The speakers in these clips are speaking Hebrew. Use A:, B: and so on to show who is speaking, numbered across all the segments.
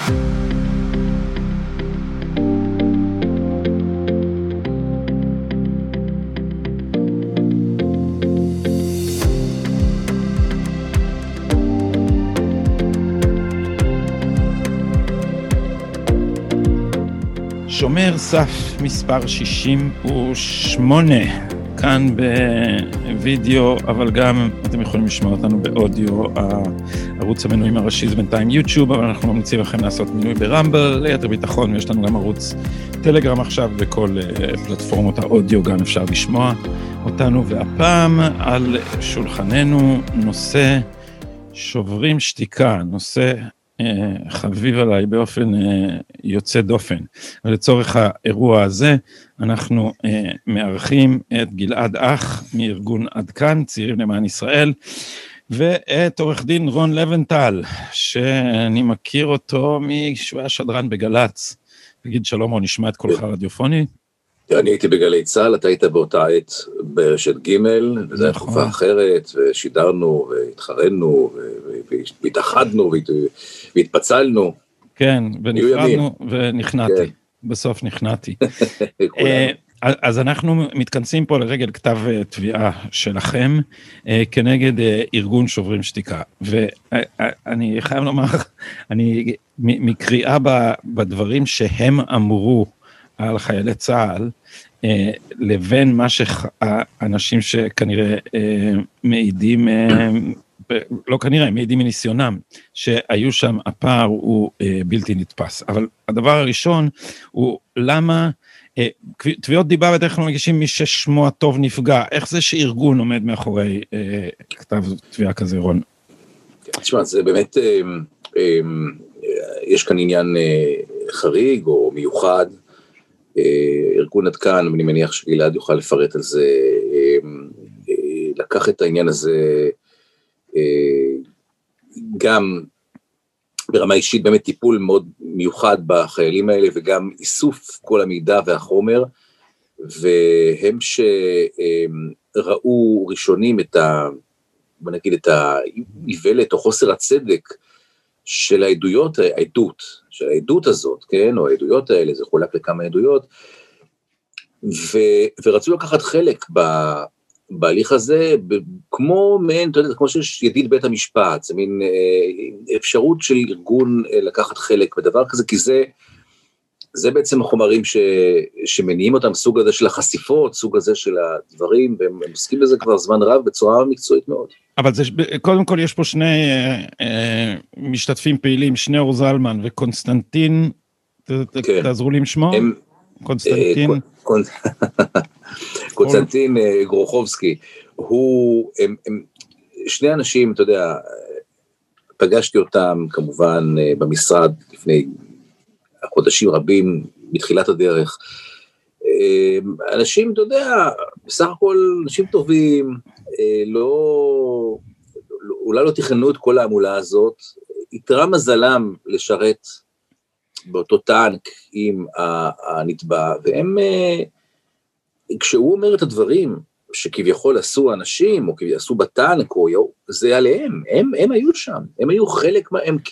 A: שומר סף מספר 68, כאן בווידאו, אבל גם אתם יכולים לשמוע אותנו באודיו. הערוץ המנויים הראשי זה בינתיים יוטיוב, אבל אנחנו ממליצים לכם לעשות מנוי ברמבל, ליתר ביטחון, ויש לנו גם ערוץ טלגרם עכשיו, וכל פלטפורמות האודיו גם אפשר לשמוע אותנו. והפעם על שולחננו נושא שוברים שתיקה, נושא חביב עליי באופן יוצא דופן. ולצורך האירוע הזה אנחנו מארחים את גלעד אח מארגון עד כאן, צעירים למען ישראל, ואת עורך דין רון לבנטל, שאני מכיר אותו משהוא היה שדרן בגלץ. תגיד שלום, או נשמע את קולך רדיופוני?
B: אני הייתי בגלי צהל, אתה היית באותה עת ברשת ג', וזו הייתה תקופה אחרת, ושידרנו, והתחרנו, והתאחדנו, והתפצלנו.
A: כן, ונפרדנו, ונכנעתי. בסוף נכנעתי. אז אנחנו מתכנסים פה לרגל כתב תביעה שלכם, כנגד ארגון שוברים שתיקה. ואני חייב לומר, אני מקריאה בדברים שהם אמרו, על חיילי צה"ל, לבין מה שהאנשים שכנראה מעידים, לא כנראה, מעידים מניסיונם, שהיו שם, הפער הוא בלתי נתפס. אבל הדבר הראשון הוא למה, תביעות דיבה בדרך כלל מגישים מי ששמו הטוב נפגע, איך זה שארגון עומד מאחורי כתב תביעה כזה, רון?
B: תשמע, זה באמת, יש כאן עניין חריג או מיוחד, ארגון עד כאן, אני מניח שגלעד יוכל לפרט על זה, לקח את העניין הזה גם ברמה אישית, באמת טיפול מאוד מיוחד בחיילים האלה, וגם איסוף כל המידע והחומר, והם שראו ראשונים את בוא נגיד את האיוולת או חוסר הצדק של העדות של העדות הזאת, כן, או העדויות האלה, זה חולק לכמה עדויות, ורצו לקחת חלק בהליך הזה, כמו מעין, אתה יודע, כמו שיש ידיד בית המשפט, זה מין אפשרות של ארגון לקחת חלק בדבר כזה, כי זה בעצם החומרים שמניעים אותם, סוג הזה של החשיפות, סוג הזה של הדברים, והם עוסקים בזה כבר זמן רב, בצורה מקצועית מאוד.
A: אבל זה, קודם כל יש פה שני משתתפים פעילים, שניאור זלמן וקונסטנטין, תעזרו לי עם שמו?
B: קונסטנטין גרוחובסקי, הם שני אנשים, אתה יודע, פגשתי אותם כמובן במשרד לפני חודשים רבים, מתחילת הדרך, אנשים, אתה יודע, בסך הכל אנשים טובים, אולי לא תכננו את כל העמולה הזאת, יתרה מזלם לשרת באותו טנק עם הנתבע, והם, כשהוא אומר את הדברים שכביכול עשו אנשים, או עשו בטנק, זה עליהם, הם היו שם, הם היו חלק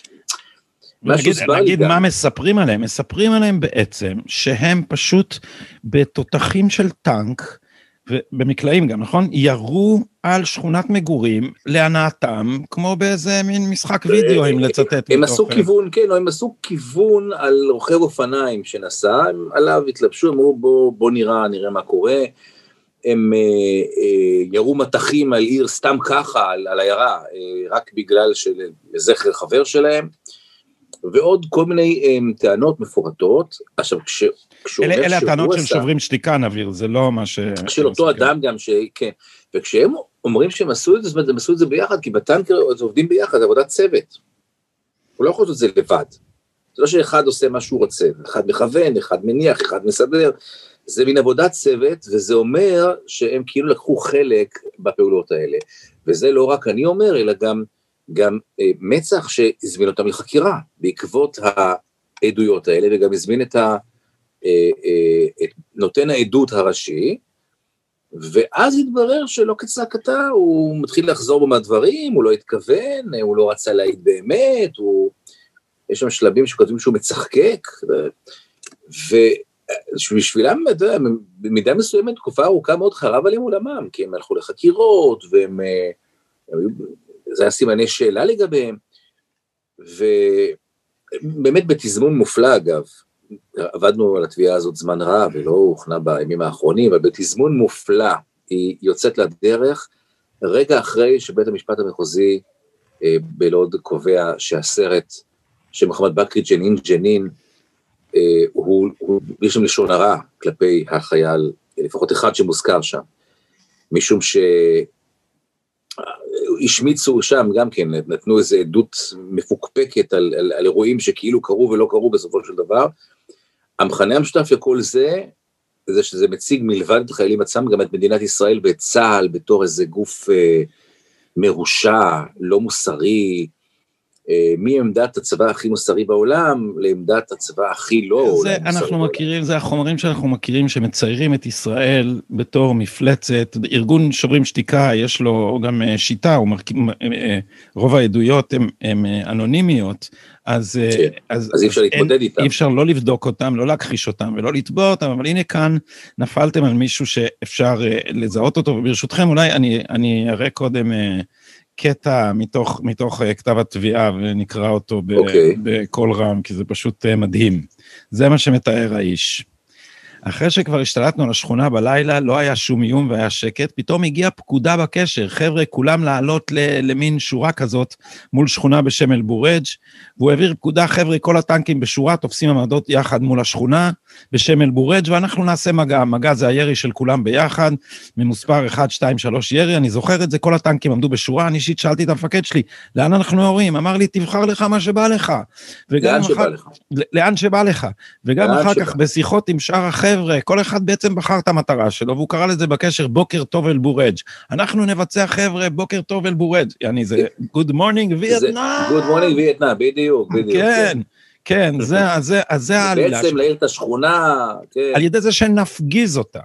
A: נגיד מה מספרים עליהם? מספרים עליהם בעצם שהם פשוט בתותחים של טנק, ובמקלעים גם, נכון? ירו על שכונת מגורים להנאתם, כמו באיזה מין משחק וידאו, אם לצטט.
B: הם עשו כיוון, כן, הם עשו כיוון על רוכב אופניים שנסע, הם עליו התלבשו, אמרו בוא נראה מה קורה, הם ירו מתחים על עיר סתם ככה, על העיירה, רק בגלל לזכר חבר שלהם, ועוד כל מיני טענות מפורטות. עכשיו,
A: אלה הטענות של שוברים שתיקה, נביר, זה לא מה ש...
B: של אותו אדם גם כן, וכשהם אומרים שהם עשו את זה, הם עשו את זה ביחד, כי בטנקר עובדים ביחד, זה עבודת צוות. הוא לא יכול לעשות את זה לבד. זה לא שאחד עושה מה שהוא רוצה, אחד מכוון, אחד מניח, אחד מסדר, זה מין עבודת צוות, וזה אומר שהם כאילו לקחו חלק בפעולות האלה, וזה לא רק אני אומר, אלא גם מצח שהזמין אותם לחקירה, בעקבות העדויות האלה, וגם הזמין את נותן העדות הראשי, ואז התברר שלא כצעקתה, הוא מתחיל לחזור בו מהדברים, הוא לא התכוון, הוא לא רצה להעיד באמת, יש שם שלבים שכותבים שהוא מצחקק, ובשבילם, אתה יודע, במידה מסוימת, תקופה ארוכה מאוד חרב עליהם עולמם, כי הם הלכו לחקירות, זה היה סימני שאלה לגביהם, ובאמת בתזמון מופלא אגב, עבדנו על התביעה הזאת זמן רב, ולא הוכנה בימים האחרונים, אבל בתזמון מופלא, היא יוצאת לדרך, רגע אחרי שבית המשפט המחוזי בלוד קובע שהסרט שמוחמד בכרי ג'נין, הוא יש שם לשון הרע כלפי החייל, לפחות אחד שמוזכר שם, משום שהשמיצו שם גם כן, נתנו איזו עדות מפוקפקת על אירועים שכאילו קרו ולא קרו בסופו של דבר. המכנה המשותף לכל זה שזה מציג מלבד את החיילים עצמם, גם את מדינת ישראל ואת צה"ל בתור איזה גוף מרושע, לא מוסרי, מעמדת הצבא הכי מוסרי בעולם, לעמדת הצבא הכי לא.
A: זה אנחנו מכירים, זה החומרים שאנחנו מכירים שמציירים את ישראל בתור מפלצת, ארגון שוברים שתיקה, יש לו גם שיטה, רוב העדויות הן אנונימיות, אז
B: אי אפשר להתמודד איתם.
A: אי אפשר לא לבדוק אותם, לא להכחיש אותם ולא לתבוע אותם, אבל הנה כאן נפלתם על מישהו שאפשר לזהות אותו, וברשותכם אולי אני אראה קודם קטע מתוך כתב התביעה, ונקרא אותו בקול רם, כי זה פשוט מדהים. זה מה שמתאר האיש. אחרי שכבר השתלטנו על השכונה בלילה, לא היה שום איום והיה שקט, פתאום הגיעה פקודה בקשר, חבר'ה, כולם לעלות למין שורה כזאת, מול שכונה בשם אל-בורג', והוא העביר פקודה, חבר'ה, כל הטנקים בשורה, תופסים עמדות יחד מול השכונה, בשם אל-בורג', ואנחנו נעשה מגע, מגע זה הירי של כולם ביחד, ממוספר 1, 2, 3 ירי, אני זוכר את זה, כל הטנקים עמדו בשורה, אני אישית שאלתי את המפקד שלי, לאן אנחנו יורים? אמר לי, תבחר לך מה שבא לך. לאן שבא לך. וגם אחר כך בשיחות עם שאר החבר'ה, כל אחד בעצם בחר את המטרה שלו, והוא קרא לזה בקשר בוקר טוב אל-בורג'. אנחנו נבצע חבר'ה בוקר טוב אל-בורג', יעני זה good morning וייטנאם.
B: good morning וייטנאם, בדיוק.
A: כן, זה העלילה.
B: בעצם להעיר את השכונה.
A: על ידי זה שנפגיז אותה.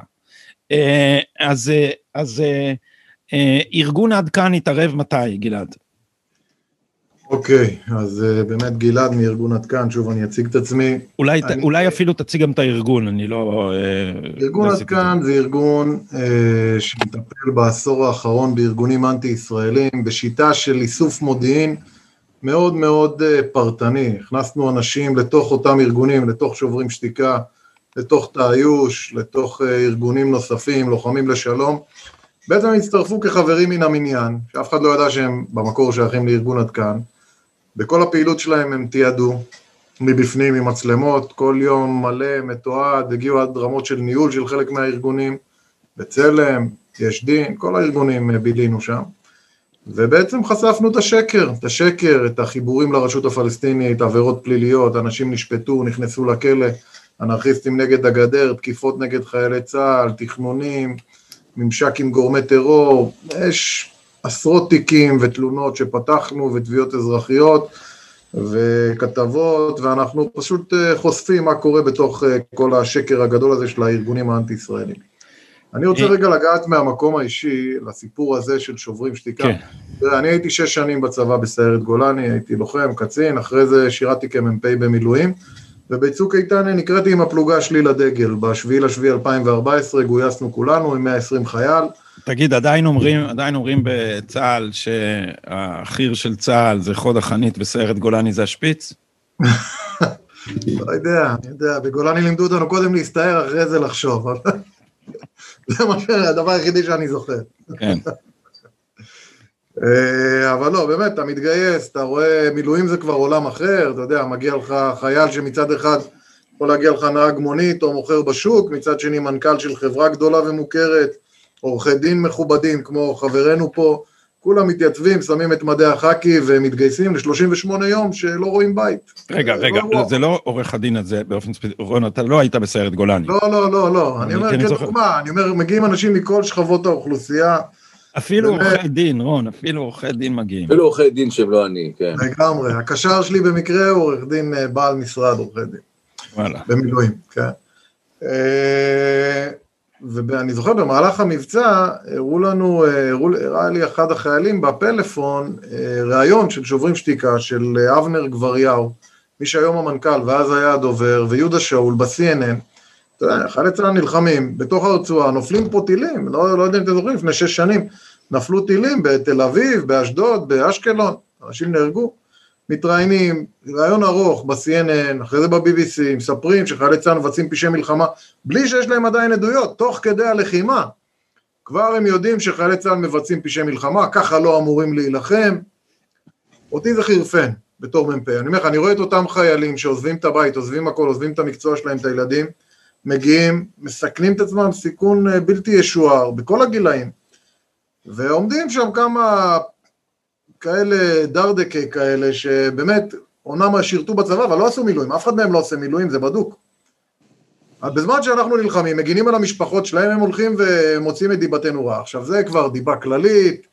A: אז ארגון עד כאן יתערב מתי, גלעד?
C: אוקיי, אז באמת גלעד מארגון עד כאן, שוב אני אציג את עצמי.
A: אולי אפילו תציג גם את הארגון, אני לא...
C: ארגון עד כאן זה ארגון שמטפל בעשור האחרון בארגונים אנטי-ישראלים, בשיטה של איסוף מודיעין מאוד מאוד פרטני. הכנסנו אנשים לתוך אותם ארגונים, לתוך שוברים שתיקה, לתוך תאיוש, לתוך ארגונים נוספים, לוחמים לשלום. בעצם הם הצטרפו כחברים מן המניין, שאף אחד לא ידע שהם במקור שייכים לארגון עד כאן. בכל הפעילות שלהם הם תיעדו מבפנים עם מצלמות, כל יום מלא, מתועד, הגיעו עד רמות של ניהול של חלק מהארגונים, בצלם, יש דין, כל הארגונים בילינו שם, ובעצם חשפנו את השקר, את החיבורים לרשות הפלסטינית, עבירות פליליות, אנשים נשפטו, נכנסו לכלא, אנרכיסטים נגד הגדר, תקיפות נגד חיילי צה"ל, תכנונים, ממשק עם גורמי טרור, יש עשרות תיקים ותלונות שפתחנו ותביעות אזרחיות וכתבות, ואנחנו פשוט חושפים מה קורה בתוך כל השקר הגדול הזה של הארגונים האנטי-ישראלים. אני רוצה רגע לגעת מהמקום האישי לסיפור הזה של שוברים שתיקה. אני הייתי 6 שנים בצבא בסיירת גולני, הייתי לוחם, קצין, אחרי זה שירתי כמ"פ במילואים, ובצוק איתן נקראתי עם הפלוגה שלי לדגל, ב7/7/2014 גויסנו כולנו עם 120 חייל.
A: תגיד, עדיין אומרים בצה"ל שהחיר של צה"ל זה חוד החנית בסיירת גולני זה השפיץ?
C: לא יודע, בגולני לימדו אותנו קודם להסתער, אחרי זה לחשוב, זה הדבר היחידי שאני זוכר.
A: כן.
C: אבל לא, באמת, אתה מתגייס, אתה רואה, מילואים זה כבר עולם אחר, אתה יודע, מגיע לך חייל שמצד אחד יכול להגיע לך נהג מונית או מוכר בשוק, מצד שני מנכ"ל של חברה גדולה ומוכרת, עורכי דין מכובדים כמו חברנו פה, כולם מתייצבים, שמים את מדי החקי ומתגייסים ל38 יום שלא רואים בית.
A: רגע, זה לא עורך הדין הזה באופן ספציפי, רון, אתה לא היית בסיירת גולני.
C: לא, אני אומר כדוגמה, מגיעים אנשים מכל שכבות האוכלוסייה,
A: אפילו עורכי דין, רון, אפילו עורכי דין מגיעים.
B: אפילו עורכי דין שהם לא אני, כן.
C: לגמרי, הקשר שלי במקרה הוא עורך דין בעל משרד עורכי דין.
A: וואלה.
C: במילואים, כן. ואני זוכר במהלך המבצע, הראה לי אחד החיילים בפלאפון, ראיון של שוברים שתיקה של אבנר גבריהו, מי שהיום המנכ"ל ואז היה הדובר, ויהודה שאול ב-CNN, אתה יודע, חיילי צה"ל נלחמים בתוך הרצועה, נופלים פה טילים, לא יודע אם אתם זוכרים, לפני 6 שנים, נפלו טילים בתל אביב, באשדוד, באשקלון, אנשים נהרגו, מתראיינים, רעיון ארוך ב-CNN, אחרי זה ב-BBC, מספרים שחיילי צה"ל מבצעים פשעי מלחמה, בלי שיש להם עדיין עדויות, תוך כדי הלחימה, כבר הם יודעים שחיילי צה"ל מבצעים פשעי מלחמה, ככה לא אמורים להילחם, אותי זה חירפן, בתור מ"פ, אני אומר לך, אני רואה את אותם חיילים שעוזבים את הבית, עוזבים הכל, עוזבים את המקצוע שלהם, את הילדים, מגיעים, מסכנים את עצמם, סיכון בלתי ישוער, בכל הגילאים, ועומדים שם כמה כאלה דרדקי כאלה, שבאמת, עונם שירתו בצבא, אבל לא עשו מילואים, אף אחד מהם לא עושה מילואים, זה בדוק. בזמן שאנחנו נלחמים, מגינים על המשפחות שלהם, הם הולכים ומוצאים את דיבתנו רע. עכשיו זה כבר דיבה כללית,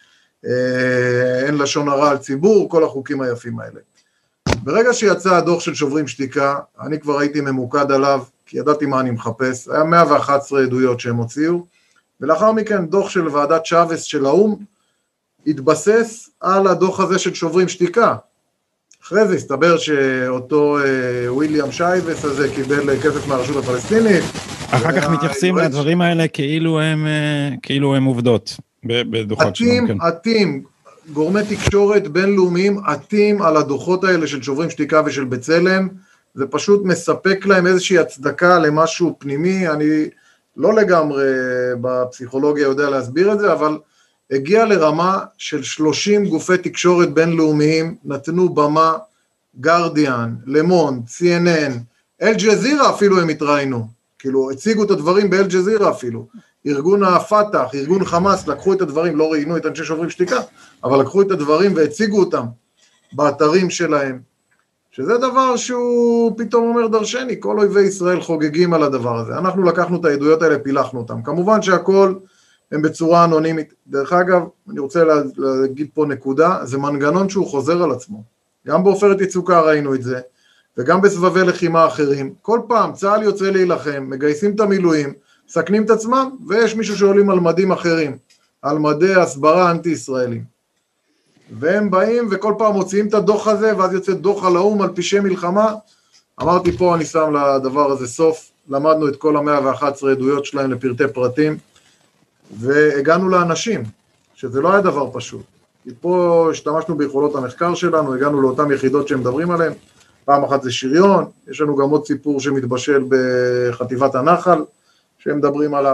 C: אין לשון הרע על ציבור, כל החוקים היפים האלה. ברגע שיצא הדוח של שוברים שתיקה, אני כבר הייתי ממוקד עליו, כי ידעתי מה אני מחפש, היה 111 עדויות שהם הוציאו, ולאחר מכן דוח של ועדת שווס של האום, התבסס על הדוח הזה של שוברים שתיקה. אחרי זה הסתבר שאותו וויליאם שייבס הזה קיבל כסף מהרשות הפלסטינית.
A: אחר כך מתייחסים לדברים האלה כאילו הם עובדות בדוחות שלנו.
C: עתים, גורמי תקשורת בינלאומיים עתים על הדוחות האלה של שוברים שתיקה ושל בצלם, זה פשוט מספק להם איזושהי הצדקה למשהו פנימי, אני לא לגמרי בפסיכולוגיה יודע להסביר את זה, אבל הגיע לרמה של 30 גופי תקשורת בינלאומיים, נתנו במה, גרדיאן, למונד, CNN, אל-ג'זירה אפילו הם התראינו, כאילו הציגו את הדברים באל-ג'זירה אפילו, ארגון הפתח, ארגון חמאס, לקחו את הדברים, לא ראינו את אנשי שוברים שתיקה, אבל לקחו את הדברים והציגו אותם באתרים שלהם, שזה דבר שהוא פתאום אומר דרשני, כל אויבי ישראל חוגגים על הדבר הזה, אנחנו לקחנו את העדויות האלה, פילחנו אותם, כמובן שהכל הם בצורה אנונימית, דרך אגב, אני רוצה להגיד פה נקודה, זה מנגנון שהוא חוזר על עצמו, גם בעופרת יצוקה ראינו את זה, וגם בסבבי לחימה אחרים, כל פעם צה"ל יוצא להילחם, מגייסים את המילואים, מסכנים את עצמם, ויש מישהו שעולים על מדים אחרים, על מדי הסברה אנטי-ישראלים. והם באים וכל פעם מוציאים את הדוח הזה, ואז יוצא דוח על האום, על פשעי מלחמה, אמרתי פה אני שם לדבר הזה סוף, למדנו את כל 111 עדויות שלהם לפרטי פרטים, והגענו לאנשים, שזה לא היה דבר פשוט. כי פה השתמשנו ביכולות המחקר שלנו, הגענו לאותן יחידות שהם מדברים עליהן, פעם אחת זה שריון, יש לנו גם עוד סיפור שמתבשל בחטיבת הנחל, שהם מדברים עליו.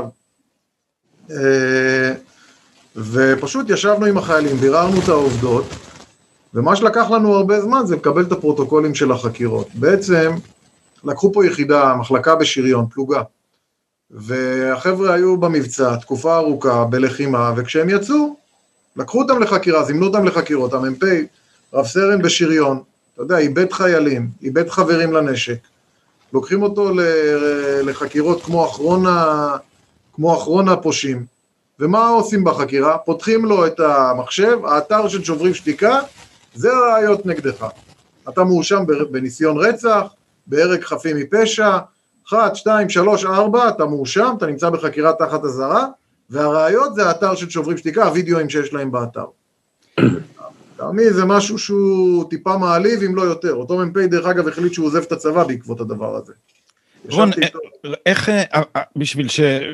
C: ופשוט ישבנו עם החיילים, ביררנו את העובדות, ומה שלקח לנו הרבה זמן זה לקבל את הפרוטוקולים של החקירות. בעצם לקחו פה יחידה, מחלקה בשריון, פלוגה, והחבר'ה היו במבצע, תקופה ארוכה, בלחימה, וכשהם יצאו, לקחו אותם לחקירה, זימנו אותם לחקירות, המ"פ, רב סרן בשריון, אתה יודע, איבד חיילים, איבד חברים לנשק, לוקחים אותו לחקירות כמו אחרון הפושעים, ומה עושים בחקירה? פותחים לו את המחשב, האתר של שוברים שתיקה, זה ראיות נגדך. אתה מאושם בניסיון רצח, בהרג חפים מפשע, 1, 2, 3, 4, אתה מאושם, אתה נמצא בחקירה תחת אזהרה, והראיות זה האתר של שוברים שתיקה, הווידאוים שיש להם באתר. תעמי, זה משהו שהוא טיפה מעליב, אם לא יותר. אותו מ"פ דרך אגב החליט שהוא עוזב את הצבא בעקבות הדבר הזה.
A: רון, איך, בשביל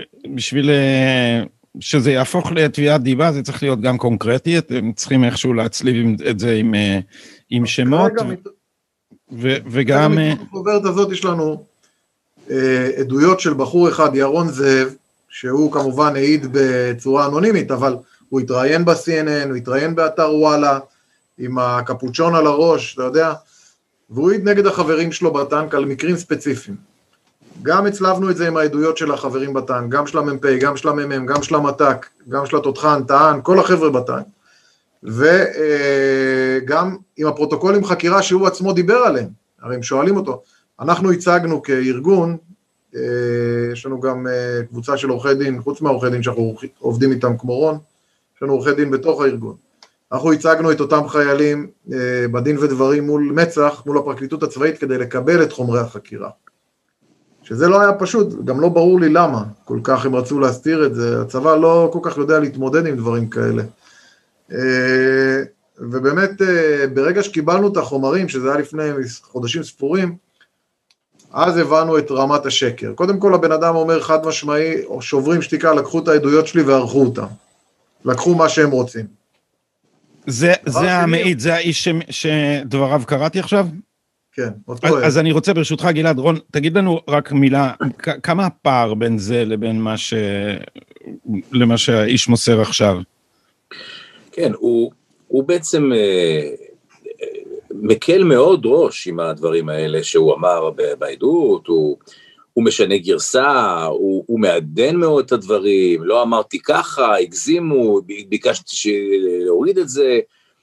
A: שזה יהפוך לתביעת דיבה, זה צריך להיות גם קונקרטי, אתם צריכים איכשהו להצליב את זה עם שמות, וגם...
C: בחוברת הזאת יש לנו עדויות של בחור אחד, ירון זאב, שהוא כמובן העיד בצורה אנונימית, אבל הוא התראיין ב-CNN, הוא התראיין באתר וואלה, עם הקפוצ'ון על הראש, אתה יודע, והוא העיד נגד החברים שלו בטנק על מקרים ספציפיים. גם הצלבנו את זה עם העדויות של החברים בטנק, גם של המ"פ, גם של המ"מ, גם של המת"ק, גם של התותחן, טען, כל החבר'ה בטנק. וגם עם הפרוטוקולים חקירה שהוא עצמו דיבר עליהם, הרי הם שואלים אותו. אנחנו הצגנו כארגון, יש לנו גם קבוצה של עורכי דין, חוץ מהעורכי דין שאנחנו עובדים איתם כמו רון, יש לנו עורכי דין בתוך הארגון. אנחנו הצגנו את אותם חיילים בדין ודברים מול מצ"ח, מול הפרקליטות הצבאית, כדי לקבל את חומרי החקירה. שזה לא היה פשוט, גם לא ברור לי למה, כל כך הם רצו להסתיר את זה, הצבא לא כל כך יודע להתמודד עם דברים כאלה. ובאמת ברגע שקיבלנו את החומרים, שזה היה לפני חודשים ספורים, אז הבנו את רמת השקר. קודם כל הבן אדם אומר חד משמעי, שוברים שתיקה, לקחו את העדויות שלי וערכו אותם. לקחו מה שהם רוצים.
A: זה המעיד, זה האיש שדבריו קראתי עכשיו?
C: כן, אותו
A: אז אני רוצה ברשותך גלעד, רון, תגיד לנו רק מילה, כמה הפער בין זה לבין למה שהאיש מוסר עכשיו?
B: כן, הוא בעצם מקל מאוד ראש עם הדברים האלה שהוא אמר בעדות, הוא משנה גרסה, הוא מעדן מאוד את הדברים, לא אמרתי ככה, הגזימו, ביקשתי להוריד את זה,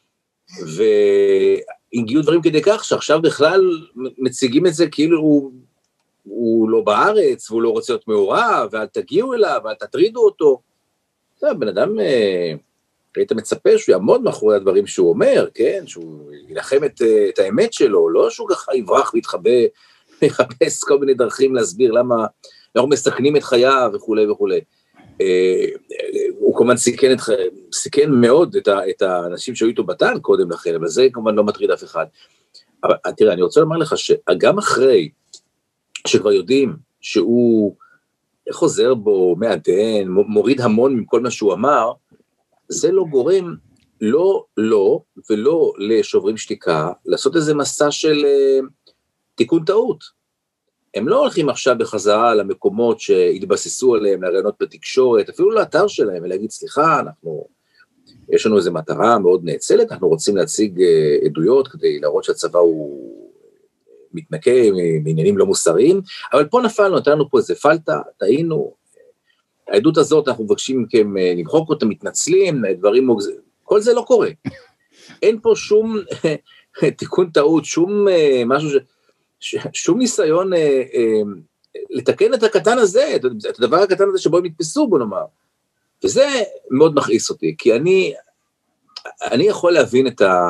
B: והגיעו דברים כדי כך, שעכשיו בכלל מציגים את זה כאילו הוא לא בארץ, והוא לא רוצה להיות מעורב, ואל תגיעו אליו, ואל תטרידו אותו. זה בן אדם, היית מצפה שהוא יעמוד מאחורי הדברים שהוא אומר, כן? שהוא ילחם את האמת שלו, לא שהוא ככה יברח ויתחבא, מחפש כל מיני דרכים להסביר למה אנחנו מסכנים את חייו וכו' וכו'. הוא כמובן סיכן מאוד את האנשים שהיו איתו בתן קודם לכן, אבל זה כמובן לא מטריד אף אחד. אבל תראה, אני רוצה לומר לך שגם אחרי שכבר יודעים שהוא חוזר בו, מעדן, מוריד המון מכל מה שהוא אמר, זה לא גורם לא ולא לשוברים שתיקה, לעשות איזה מסע של תיקון טעות. הם לא הולכים עכשיו בחזרה למקומות שהתבססו עליהם, לרעיונות בתקשורת, אפילו לאתר שלהם, ולהגיד, סליחה, יש לנו איזו מטרה מאוד נאצלת, אנחנו רוצים להציג עדויות כדי להראות שהצבא הוא מתנקה מעניינים לא מוסריים, אבל פה נפלנו, נתנו פה איזה פלטה, טעינו, העדות הזאת אנחנו מבקשים מכם למחוק אותם, מתנצלים, דברים מוגזים, כל זה לא קורה. אין פה שום תיקון טעות, שום משהו שום ניסיון לתקן את הקטן הזה, את הדבר הקטן הזה שבו הם נתפסו, בוא נאמר. וזה מאוד מכעיס אותי, כי אני יכול להבין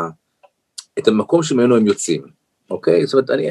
B: את המקום שממנו הם יוצאים, אוקיי? זאת אומרת, אני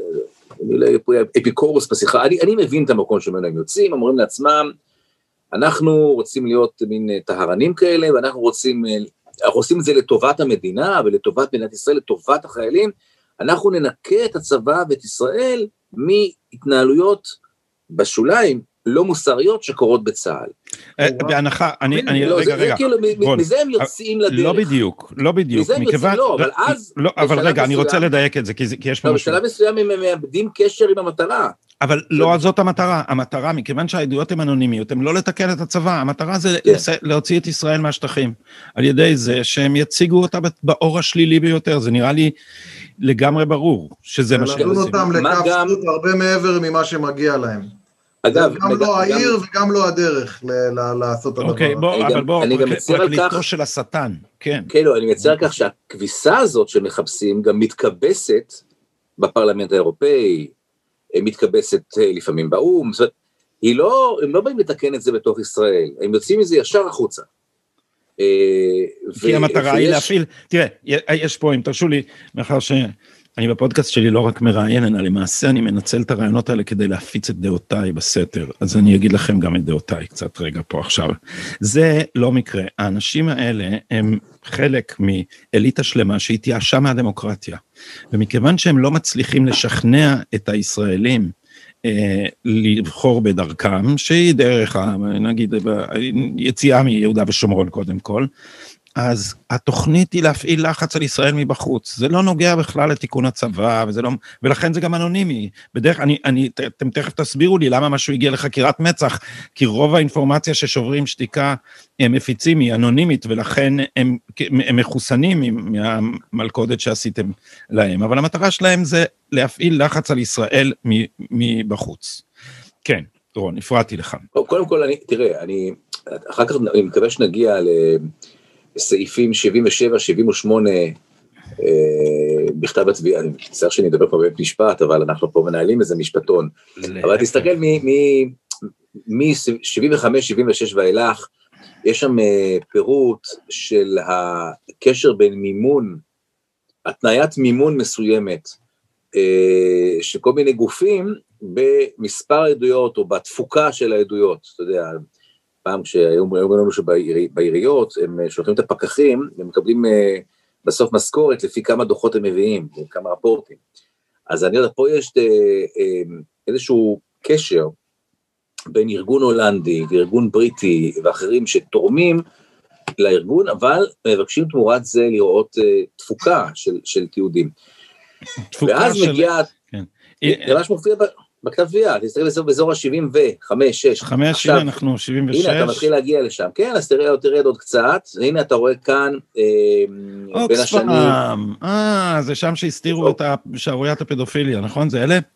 B: אפיקורוס בשיחה, אני מבין את המקום שממנו הם יוצאים, אומרים לעצמם, אנחנו רוצים להיות מין טהרנים כאלה, ואנחנו עושים את זה לטובת המדינה, ולטובת מדינת ישראל, לטובת החיילים, אנחנו ננקה את הצבא ואת ישראל מהתנהלויות בשוליים לא מוסריות שקורות בצה"ל.
A: בהנחה, רגע,
B: מזה הם יוצאים לדרך.
A: לא בדיוק.
B: מזה הם יוצאים, לא, אבל אז...
A: אבל רגע, אני רוצה לדייק את זה, כי יש פה משהו.
B: בשלב מסוים הם מאבדים קשר עם המטרה.
A: אבל לא זאת המטרה, מכיוון שהעדויות הן אנונימיות, הן לא לתקן את הצבא, המטרה זה להוציא את ישראל מהשטחים, על ידי זה שהם יציגו אותה באור השלילי ביותר, זה נראה לי לגמרי ברור, שזה מה שעושים.
C: לדון אותם לכף זכות הרבה מעבר ממה שמגיע להם.
B: אגב,
C: גם לא העיר וגם לא הדרך לעשות את הדבר.
A: אוקיי, אבל בוא, פרקליטו של השטן, כן.
B: כן, לא, אני מצטער כך שהכביסה הזאת שמחפשים גם מתקבסת בפרלמנט האירופאי, מתקבסת לפעמים באום, זאת אומרת, הם לא באים לתקן את זה בתוך ישראל, הם יוצאים מזה ישר החוצה.
A: כי המטרה היא להפעיל, תראה, יש פה, אם תרשו לי, מאחר שאני בפודקאסט שלי לא רק מראיין, אלא למעשה אני מנצל את הרעיונות האלה כדי להפיץ את דעותיי בסתר, אז אני אגיד לכם גם את דעותיי קצת רגע פה עכשיו. זה לא מקרה, האנשים האלה הם חלק מאליטה שלמה שהתייאשה מהדמוקרטיה, ומכיוון שהם לא מצליחים לשכנע את הישראלים, לבחור בדרכם, שהיא דרך, נגיד, יציאה מיהודה ושומרון קודם כל, אז התוכנית היא להפעיל לחץ על ישראל מבחוץ, זה לא נוגע בכלל לתיקון הצבא, ולכן זה גם אנונימי, בדרך, אתם תכף תסבירו לי למה משהו הגיע לחקירת מצ"ח, כי רוב האינפורמציה ששוברים שתיקה הם מפיצים, היא אנונימית, ולכן הם מחוסנים מהמלכודת שעשיתם להם, אבל המטרה שלהם זה להפעיל לחץ על ישראל מבחוץ. כן, רון, הפרעתי לך.
B: קודם כל, תראה, אחר כך אני מקווה שנגיע סעיפים 77, 78, בכתב התביעה, אני מצטער שאני אדבר פה בבית משפט, אבל אנחנו פה מנהלים איזה משפטון, אבל תסתכל מ-75, 76 ואילך, יש שם פירוט של הקשר בין מימון, התניית מימון מסוימת, שכל מיני גופים, במספר עדויות, או בתפוקה של העדויות, אתה יודע, פעם כשהיו לנו שבעיריות, הם שולחים את הפקחים, הם מקבלים בסוף משכורת לפי כמה דוחות הם מביאים, כמה רפורטים. אז אני יודע, פה יש איזשהו קשר בין ארגון הולנדי וארגון בריטי ואחרים שתורמים לארגון, אבל מבקשים תמורת זה לראות תפוקה של תיעודים. ואז מגיע, זה מה שמופיע בכתב תביעה, תסתכל בסביבות ה-75, 6.
A: 5, הנה אנחנו 76.
B: הנה, אתה מתחיל להגיע לשם, כן, אז תרד עוד קצת, הנה אתה רואה כאן, בין השנים.
A: זה שם שהסתירו את שערוריית הפדופיליה, נכון? זה אלה?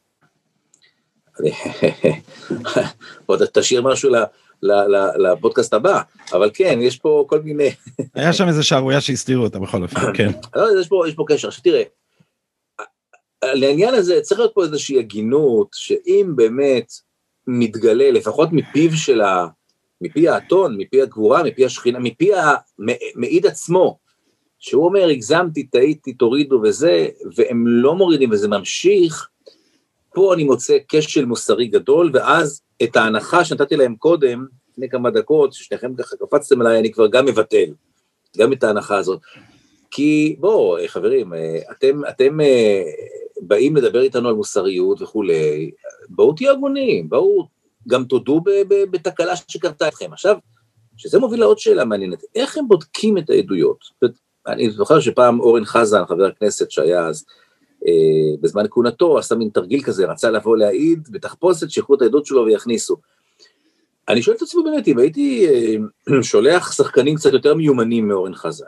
B: עוד תשאיר משהו לפודקאסט הבא, אבל כן, יש פה כל מיני...
A: היה שם איזה שערוריה שהסתירו אותה בכל אופן, כן.
B: יש פה קשר, עכשיו תראה, לעניין הזה צריך להיות פה איזושהי הגינות, שאם באמת מתגלה, לפחות מפי האתון, מפי הגבורה, מפי השכינה, מפי המעיד עצמו, שהוא אומר, הגזמתי, טעיתי, תורידו וזה, והם לא מורידים וזה ממשיך, פה אני מוצא כשל מוסרי גדול, ואז את ההנחה שנתתי להם קודם, לפני כמה דקות, ששניכם ככה קפצתם עליי, אני כבר גם מבטל, גם את ההנחה הזאת. כי בואו, חברים, אתם באים לדבר איתנו על מוסריות וכולי, בואו תהיו הגונים, בואו גם תודו בתקלה שקרתה אתכם. עכשיו, שזה מוביל לעוד שאלה מעניינת, איך הם בודקים את העדויות? אני זוכר שפעם אורן חזן, חבר הכנסת שהיה אז, בזמן כהונתו, עשה מין תרגיל כזה, רצה לבוא להעיד, בתחפושת, שיקחו את העדות שלו ויכניסו. אני שואל את עצמי באמת, אם הייתי שולח שחקנים קצת יותר מיומנים מאורן חזן,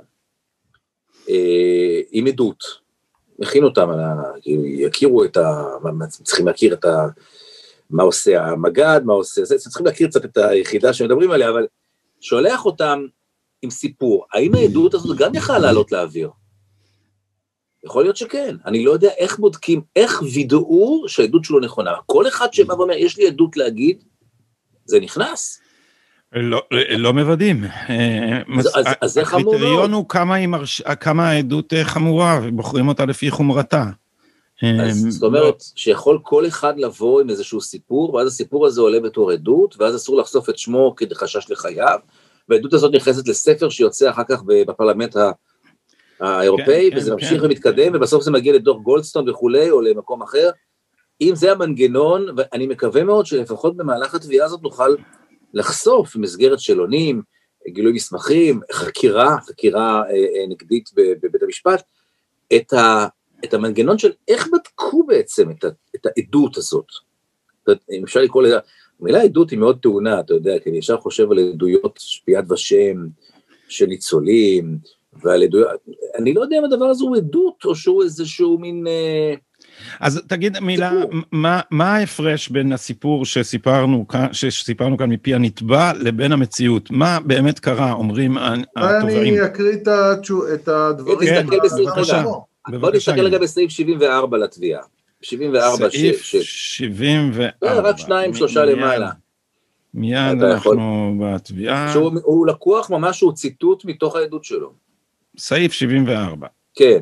B: עם עדות, מכין אותם, יכירו צריכים להכיר מה עושה המגד, צריכים להכיר קצת את היחידה שמדברים עליה, אבל שולח אותם עם סיפור, האם העדות הזאת גם יכולה לעלות לאוויר? יכול להיות שכן, אני לא יודע איך בודקים, איך וידאו שהעדות שלו נכונה, כל אחד שבא ואומר, יש לי עדות להגיד, זה נכנס.
A: לא מבדים.
B: אז זה חמור מאוד.
A: הקריטריון הוא כמה העדות חמורה, ובוחרים אותה לפי חומרתה.
B: זאת אומרת, שיכול כל אחד לבוא עם איזשהו סיפור, ואז הסיפור הזה עולה בתור עדות, ואז אסור לחשוף את שמו כדי חשש לחייו, והעדות הזאת נכנסת לספר שיוצא אחר כך בפרלמנט האירופאי, וזה ממשיך ומתקדם, ובסוף זה מגיע לדוח גולדסטון וכולי, או למקום אחר. אם זה המנגנון, ואני מקווה מאוד שלפחות במהלך התביעה הזאת נוכל לחשוף במסגרת שאלונים, גילוי מסמכים, חקירה נגדית בבית המשפט, את המנגנון של איך בדקו בעצם את העדות הזאת. אם אפשר לקרוא לזה, המילה עדות היא מאוד טעונה, אתה יודע, כי אני ישר חושב על עדויות ביד ושם, של ניצולים, ועל עדויות, אני לא יודע אם הדבר הזה הוא עדות, או שהוא איזשהו מין...
A: אז תגיד מילה, מה ההפרש בין הסיפור שסיפרנו כאן מפי הנתבע לבין המציאות? מה באמת קרה, אומרים התובעים?
C: אני אקריא את הדברים.
B: בוא נסתכל רגע בסעיף 74 לתביעה. 74.
A: סעיף 74.
B: רק 2-3 למעלה.
A: מיד אנחנו בתביעה.
B: שהוא לקוח ממש, הוא ציטוט מתוך העדות שלו.
A: סעיף 74.
B: כן.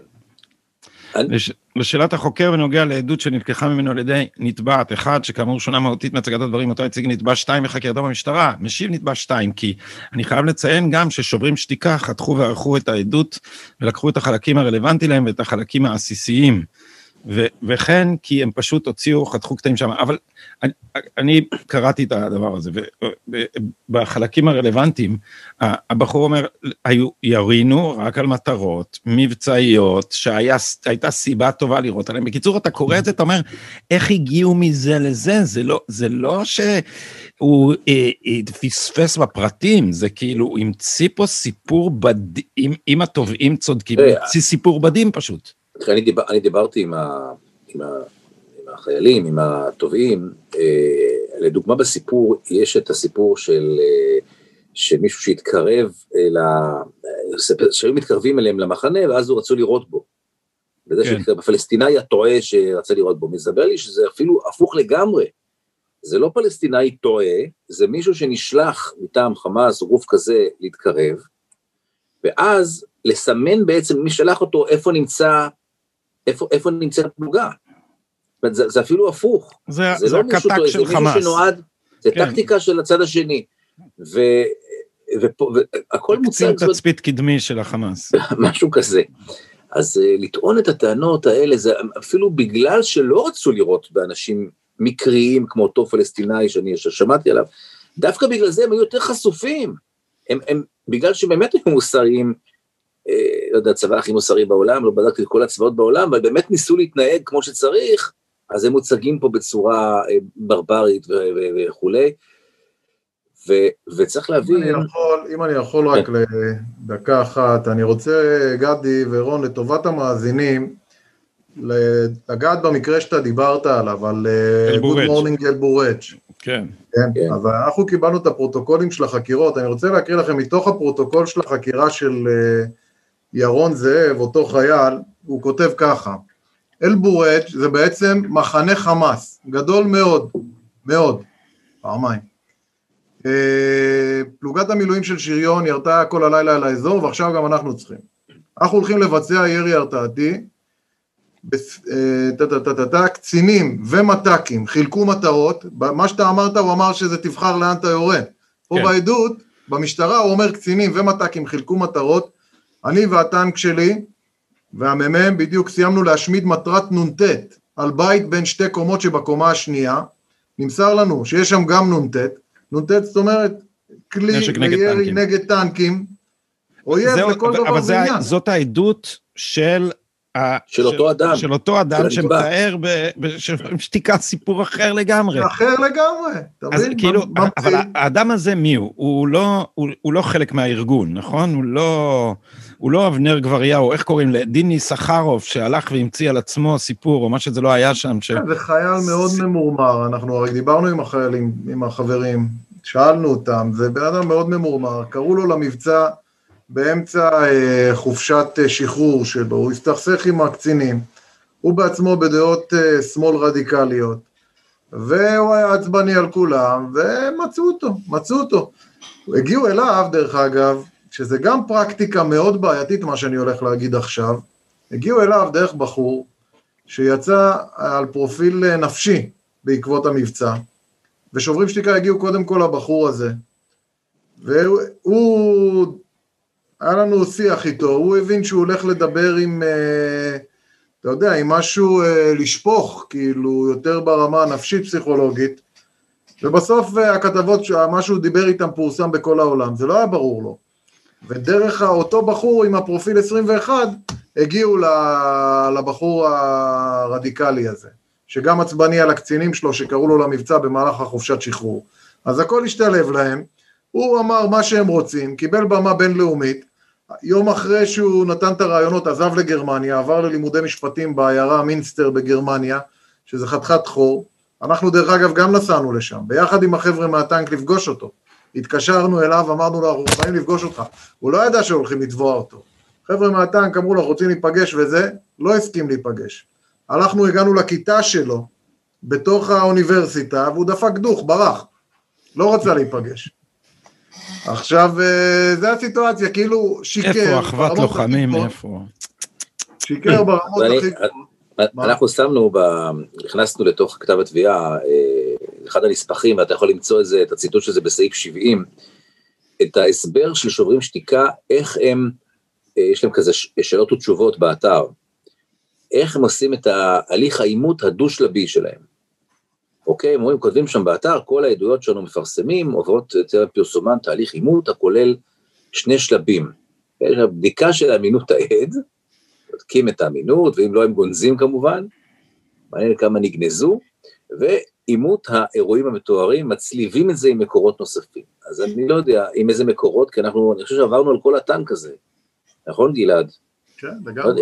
A: לשאלת החוקר ונוגע לעדות שנלקחה ממנו על ידי נתבעת אחד, שכאמור שונה מהותית מהצגת הדברים, אותו הציג נתבע 2 בחקירתו במשטרה, משיב נתבע 2, כי אני חייב לציין גם ששוברים שתיקה, חתכו וערכו את העדות, ולקחו את החלקים הרלוונטיים להם, ואת החלקים העסיסיים, וכן, כי הם פשוט הוציאו, חתכו קטעים שם, אבל אני קראתי את הדבר הזה, ובחלקים הרלוונטיים, הבחור אומר, ירינו רק על מטרות מבצעיות, שהייתה סיבה טובה לראות עליהם. בקיצור, אתה קורא את זה, אתה אומר, איך הגיעו מזה לזה? זה לא שהוא פספס בפרטים, זה כאילו, הוא המציא פה סיפור בדים, אם התובעים צודקים, הוא המציא סיפור בדים פשוט.
B: אני דיברתי עם החיילים, עם התובעים, לדוגמה בסיפור, יש את הסיפור של מישהו שהתקרב, שהיו מתקרבים אליהם למחנה, ואז הוא רצו לראות בו. וזה שהפלסטיני הטועה שרצה לראות בו, מסתבר לי שזה אפילו הפוך לגמרי. זה לא פלסטיני טועה, זה מישהו שנשלח מטעם חמאס או גוף כזה להתקרב, ואז לסמן בעצם מי שלח אותו איפה נמצא הפלוגה. זה אפילו הפוך.
A: זה לא הקטק של חמאס.
B: זה טקטיקה של הצד השני. והכל מוצג...
A: קצין תצפית קדמי של החמאס.
B: משהו כזה. אז לטעון את הטענות האלה, זה אפילו בגלל שלא רצו לראות באנשים מקריים, כמו אותו פלסטיני שאני שמעתי עליו, דווקא בגלל זה הם היו יותר חשופים. הם בגלל שבאמת היו מוסריים, לא יודע, הצבא הכי מוסרי בעולם, לא בדקתי את כל הצבאות בעולם, אבל באמת ניסו להתנהג כמו שצריך, אז הם מוצגים פה בצורה ברברית וכולי, וצריך להבין...
C: אם אני יכול רק לדקה אחת, אני רוצה, גדי ורון, לטובת המאזינים, לגעת במקרה שאתה דיברת עליו, על Good Morning אלבורג'.
A: כן.
C: אז אנחנו קיבלנו את הפרוטוקולים של החקירות, אני רוצה להקריא לכם מתוך הפרוטוקול של החקירה של ירון זאב, אותו חייל, הוא כותב ככה, אלבורג' זה בעצם מחנה חמאס, גדול מאוד, מאוד, פעמיים. פלוגת המילואים של שריון ירתה כל הלילה על האזור, ועכשיו גם אנחנו צריכים. אנחנו הולכים לבצע ירי הרתעתי, קצינים ומתקים חילקו מטרות, מה שאתה אמרת הוא אמר שזה תבחר לאן אתה יורה, פה בעדות, במשטרה הוא אומר קצינים ומתקים חילקו מטרות, אני והטנק שלי והממם בדיוק סיימנו להשמיד מטרת נונטט על בית בין שתי קומות שבקומה השנייה, נמסר לנו שיש שם גם נונטט, זאת אומרת כלי לירי נגד טנקים, אויב לכל דבר ועניין.
A: אבל זאת העדות של אותו אדם שמתאר בשתיקה סיפור אחר לגמרי.
C: אחר לגמרי.
A: אז כאילו, אבל האדם הזה מי הוא? הוא לא חלק מהארגון, נכון? הוא לא אבנר גבריהו, איך קוראים לדיני סחרוף, שהלך והמציא על עצמו סיפור, או מה שזה לא היה שם.
C: זה חייל מאוד ממורמר, אנחנו הרי דיברנו עם החיילים, עם החברים, שאלנו אותם, זה בן אדם מאוד ממורמר, קראו לו למבצע, באמצע חופשת שחרור שלו, הוא הסתכסך עם הקצינים, הוא בעצמו בדעות שמאל רדיקליות, והוא היה עצבני על כולם, ומצאו אותו. הגיעו אליו, דרך אגב, שזה גם פרקטיקה מאוד בעייתית, מה שאני הולך להגיד עכשיו, הגיעו אליו דרך בחור, שיצא על פרופיל נפשי, בעקבות המבצע, ושוברים שתיקה הגיעו קודם כל לבחור הזה, והוא... היה לנו שיח איתו, הוא הבין שהוא הולך לדבר עם, אתה יודע, עם משהו לשפוך, כאילו יותר ברמה הנפשית פסיכולוגית, ובסוף הכתבות, מה שהוא דיבר איתם פורסם בכל העולם, זה לא היה ברור לו, ודרך אותו בחור עם הפרופיל 21, הגיעו לבחור הרדיקלי הזה, שגם עצבני על הקצינים שלו, שקראו לו למבצע במהלך החופשת שחרור, אז הכל השתלב להם, הוא אמר מה שהם רוצים, קיבל במה בינלאומית, יום אחרי שהוא נתן את הרעיונות, עזב לגרמניה, עבר ללימודי משפטים בעיירה מינסטר בגרמניה, שזה חתיכת חור, אנחנו דרך אגב גם נסענו לשם, ביחד עם החבר'ה מהטנק לפגוש אותו, התקשרנו אליו, אמרנו לו, אנחנו באים לפגוש אותך, הוא לא ידע שהולכים לתבוע אותו, חבר'ה מהטנק אמרו לו, רוצים להיפגש וזה, לא הסכים להיפגש, הגענו לכיתה שלו, בתוך האוניברסיטה, והוא דפק דוך, ברח, לא רצה להיפגש, עכשיו, זה הסיטואציה, כאילו שיקר.
A: איפה אחוות לוחמים, איפה?
C: שיקר ברמות הכי גבוהות.
B: אנחנו הכנסנו לתוך כתב התביעה, אחד הנספחים, ואתה יכול למצוא את הציטוט של זה בסעיף 70, את ההסבר של שוברים שתיקה, איך הם, יש להם כזה שאלות ותשובות באתר, איך הם עושים את ההליך האימות הדו-שלבי שלהם. אוקיי, הם כותבים שם באתר, כל העדויות שאנו מפרסמים, עוברות אצל פרסומן תהליך אימות, הכולל 2 שלבים. בדיקה של אמינות העד, בודקים את האמינות, ואם לא הם גונזים כמובן, מעניין כמה נגנזו, ואימות האירועים המתוארים, מצליבים את זה עם מקורות נוספים. אז אני לא יודע עם איזה מקורות, כי אני חושב שעברנו על כל הטנק הזה. נכון, גלעד?
C: כן, לגמרי.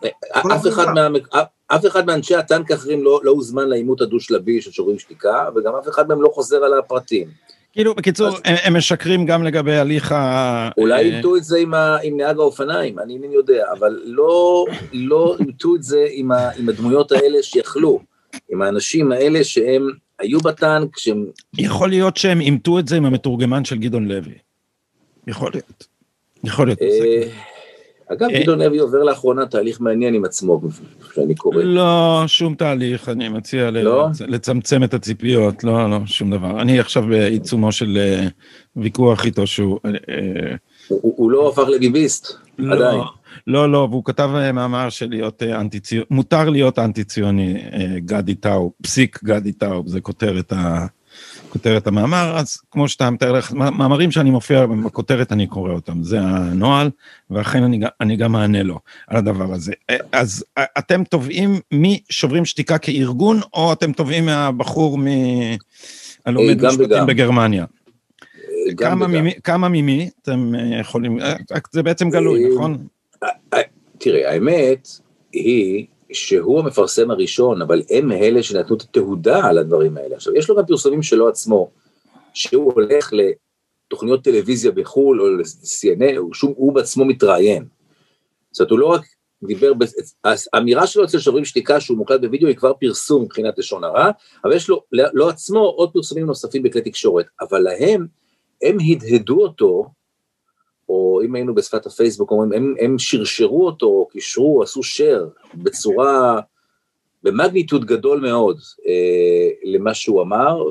B: אף אחד מאנשי הטנק האחרים לא הוזמן לאימות הדו-שלבי של שוברים שתיקה, וגם אף אחד מהם לא חוזר על הפרטים.
A: כאילו, בקיצור, הם משקרים גם לגבי הליך
B: אולי אימתו את זה עם נהג האופניים, אני אינני יודע, אבל לא אימתו את זה עם הדמויות האלה שיכלו, עם האנשים האלה שהם היו בטנק,
A: יכול להיות שהם אימתו את זה עם המתורגמן של גדעון לוי. יכול להיות.
B: אגב, גדעון לוי עובר לאחרונה תהליך מעניין עם עצמו, שאני קורא.
A: לא, שום תהליך, אני מציע לצמצם את הציפיות, לא, שום דבר. אני עכשיו בעיצומו של ויכוח איתו שהוא...
B: הוא לא הפך לביביסט, עדיין.
A: לא, והוא כתב מאמר של להיות אנטי-ציוני, מותר להיות אנטי-ציוני, גדי טאוב, פסיק גדי טאוב, זה כותרת המאמר, אז כמו שאתה מתאר לך, מאמרים שאני מופיע בכותרת אני קורא אותם, זה הנוהל, ואכן אני גם מענה לו על הדבר הזה. אז אתם תובעים משוברים שתיקה כארגון, או אתם תובעים מהבחור הלומד משפטים בגרמניה? כמה ממי אתם יכולים, זה בעצם גלוי, נכון?
B: תראה, האמת היא שהוא המפרסם הראשון, אבל הם אלה שנתנו את התהודה על הדברים האלה. עכשיו, יש לו גם פרסומים שלו עצמו, שהוא הולך לתוכניות טלוויזיה בחול, או ל-CNN, הוא בעצמו מתראיין. זאת אומרת, הוא לא רק דיבר, האמירה שלו אצל שוברים שתיקה, שהוא מוקלט בווידאו, היא כבר פרסום מבחינת לשון הרע, אבל יש לו, לא עצמו, עוד פרסומים נוספים בכלי תקשורת, אבל להם, הם הדהדו אותו, או אם היינו בשפת הפייסבוק, הם שרשרו אותו, קישרו, עשו share, בצורה, במגניטוד גדול מאוד, למה שהוא אמר,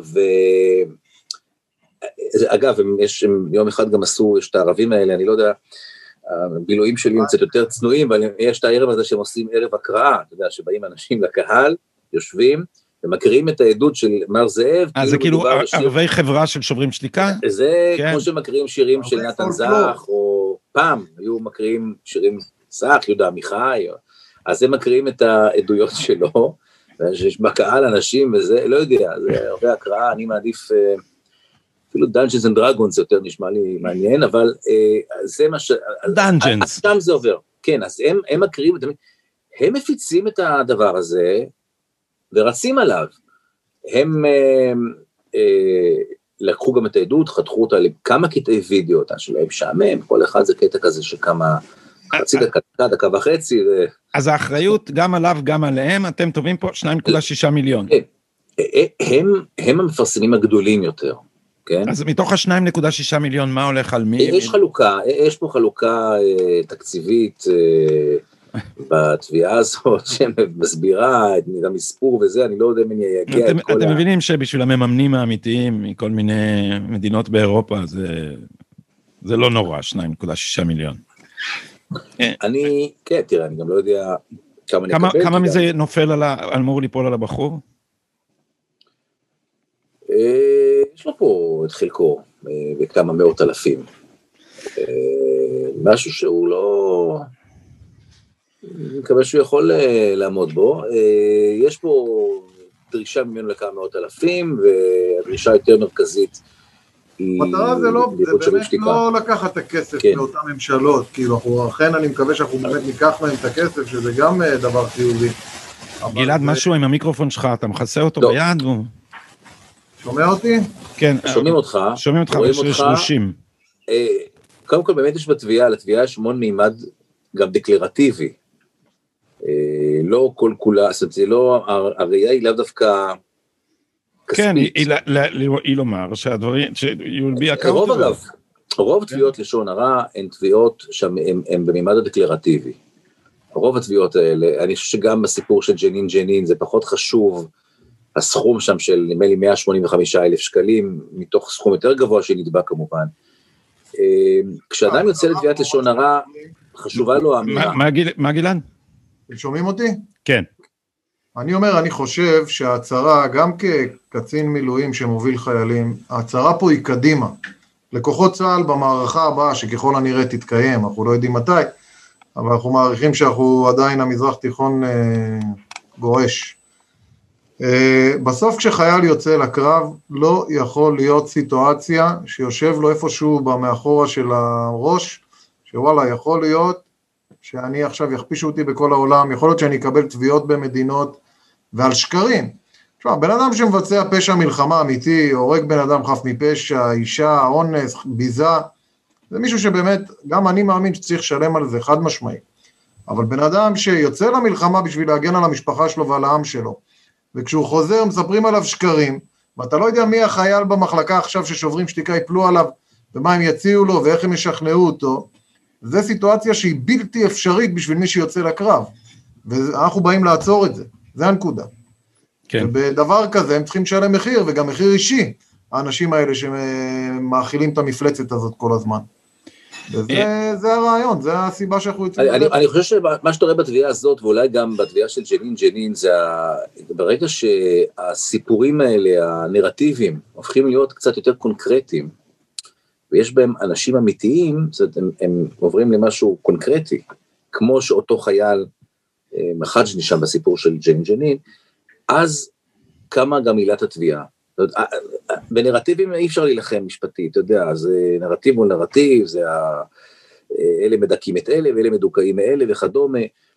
B: אגב, הם יום אחד גם עשו, יש את הערבים האלה, אני לא יודע, הבילויים שלי הם קצת יותר צנועים, אבל יש את הערב הזה שהם עושים ערב הקראה, אתה יודע, שבאים אנשים לקהל, יושבים, ומקריאים את העדות של מר זאב.
A: זה כאילו ערבי חברה של שוברים שתיקה?
B: זה כמו שמקריאים שירים של נתן זך, או פעם היו מקריאים שירים זך, יהודה עמיחי, אז הם מקריאים את העדויות שלו, ויש בקהל אנשים וזה, לא יודע, זה הרבה הקראה, אני מעדיף, אפילו Dungeons and Dragons זה יותר נשמע לי מעניין, אבל זה מה ש...
A: Dungeons.
B: שם זה עובר, כן, אז הם מקריאים, הם מפיצים את הדבר הזה, ורצים עליו, הם לקחו גם את העדות, חתכו אותה לכמה קטעי וידאו, שלהם שעמם, כל אחד זה קטע כזה שכמה, חצי דקה וחצי.
A: אז האחריות גם עליו, גם עליהם, אתם טובים פה 2.6 מיליון.
B: הם המפרסמים הגדולים יותר, כן?
A: אז מתוך ה-2.6 מיליון, מה הולך על מי?
B: יש פה חלוקה תקציבית, בתביעה הזאת שמסבירה את המספור וזה, אני לא יודע אם אני אגיע את כל
A: אתם מבינים שבשביל המממנים האמיתיים מכל מיני מדינות באירופה, זה לא נורא, 2.6 מיליון.
B: כן, תראה, אני גם לא יודע כמה נקבל.
A: כמה מזה נופל אמור ליפול על הבחור?
B: יש לו פה את חלקו, בכמה מאות אלפים. משהו שהוא לא... אני מקווה שהוא יכול לעמוד בו, יש פה דרישה ממנו לכמה מאות אלפים, והדרישה יותר מרכזית היא...
C: מטרה זה באמת לא לקחת את הכסף מאותן ממשלות, כאילו, אכן אני מקווה שאנחנו באמת ניקח מהם את הכסף, שזה גם דבר חיובי.
A: גלעד, משהו עם המיקרופון שלך, אתה מכסה אותו ביד?
C: שומע אותי?
A: כן.
B: שומעים אותך.
A: שומעים אותך בשלושים.
B: קודם כל באמת יש בתביעה, לתביעה יש המון מימד גם דקלרטיבי. לא כל כולה, זאת אומרת, זה לא, הראייה היא לאו דווקא כספית.
A: כן, היא לומר שהדברים, you'll be accountable.
B: רוב אגב, רוב תביעות לשון הרע הן תביעות שהן במימד הדקלרטיבי. רוב התביעות האלה, אני חושב שגם בסיפור של ג'נין, זה פחות חשוב, הסכום שם של נדמה לי 185,000 שקלים, מתוך סכום יותר גבוה שנתבע כמובן. כשאדם יוצא לתביעת לשון הרע, חשובה לו האמירה.
A: מה גלעד?
C: אתם שומעים אותי?
A: כן.
C: אני חושב שההצהרה, גם כקצין מילואים שמוביל חיילים, ההצהרה פה היא קדימה. לכוחות צה"ל במערכה הבאה, שככל הנראה תתקיים, אנחנו לא יודעים מתי, אבל אנחנו מעריכים שאנחנו עדיין המזרח תיכון גורש. בסוף כשחייל יוצא לקרב, לא יכול להיות סיטואציה שיושב לו איפשהו במאחורה של הראש, שוואלה יכול להיות, שאני עכשיו יכפישו אותי בכל העולם, יכול להיות שאני אקבל תביעות במדינות, ועל שקרים. עכשיו, בן אדם שמבצע פשע מלחמה אמיתי, הורג בן אדם חף מפשע, אישה, אונס, ביזה, זה מישהו שבאמת, גם אני מאמין שצריך לשלם על זה, חד משמעי. אבל בן אדם שיוצא למלחמה בשביל להגן על המשפחה שלו ועל העם שלו, וכשהוא חוזר מספרים עליו שקרים, ואתה לא יודע מי החייל במחלקה עכשיו ששוברים שתיקה יפלו עליו, ומה הם יציעו לו ואיך הם ישכנעו אותו, זה סיטואציה שהיא בלתי אפשרית בשביל מי שיוצא לקרב, ואנחנו באים לעצור את זה, זה הנקודה. כן. ובדבר כזה הם צריכים לשלם מחיר, וגם מחיר אישי, האנשים האלה שמאכילים את המפלצת הזאת כל הזמן. וזה הרעיון, זה הסיבה שאנחנו יוצאים.
B: אני חושב שמה שאתה רואה בתביעה הזאת, ואולי גם בתביעה של ג'נין, זה ברגע שהסיפורים האלה, הנרטיביים, הופכים להיות קצת יותר קונקרטיים, ויש בהם אנשים אמיתיים, הם עוברים למשהו קונקרטי, כמו שאותו חייל מחג'ני שם בסיפור של ג'נין, אז כמה גם עילת התביעה. בנרטיבים אי אפשר להילחם משפטית, אתה יודע, זה נרטיב מול נרטיב, זה אלה מדכים את אלה, ואלה מדוכאים מאלה וכדומה,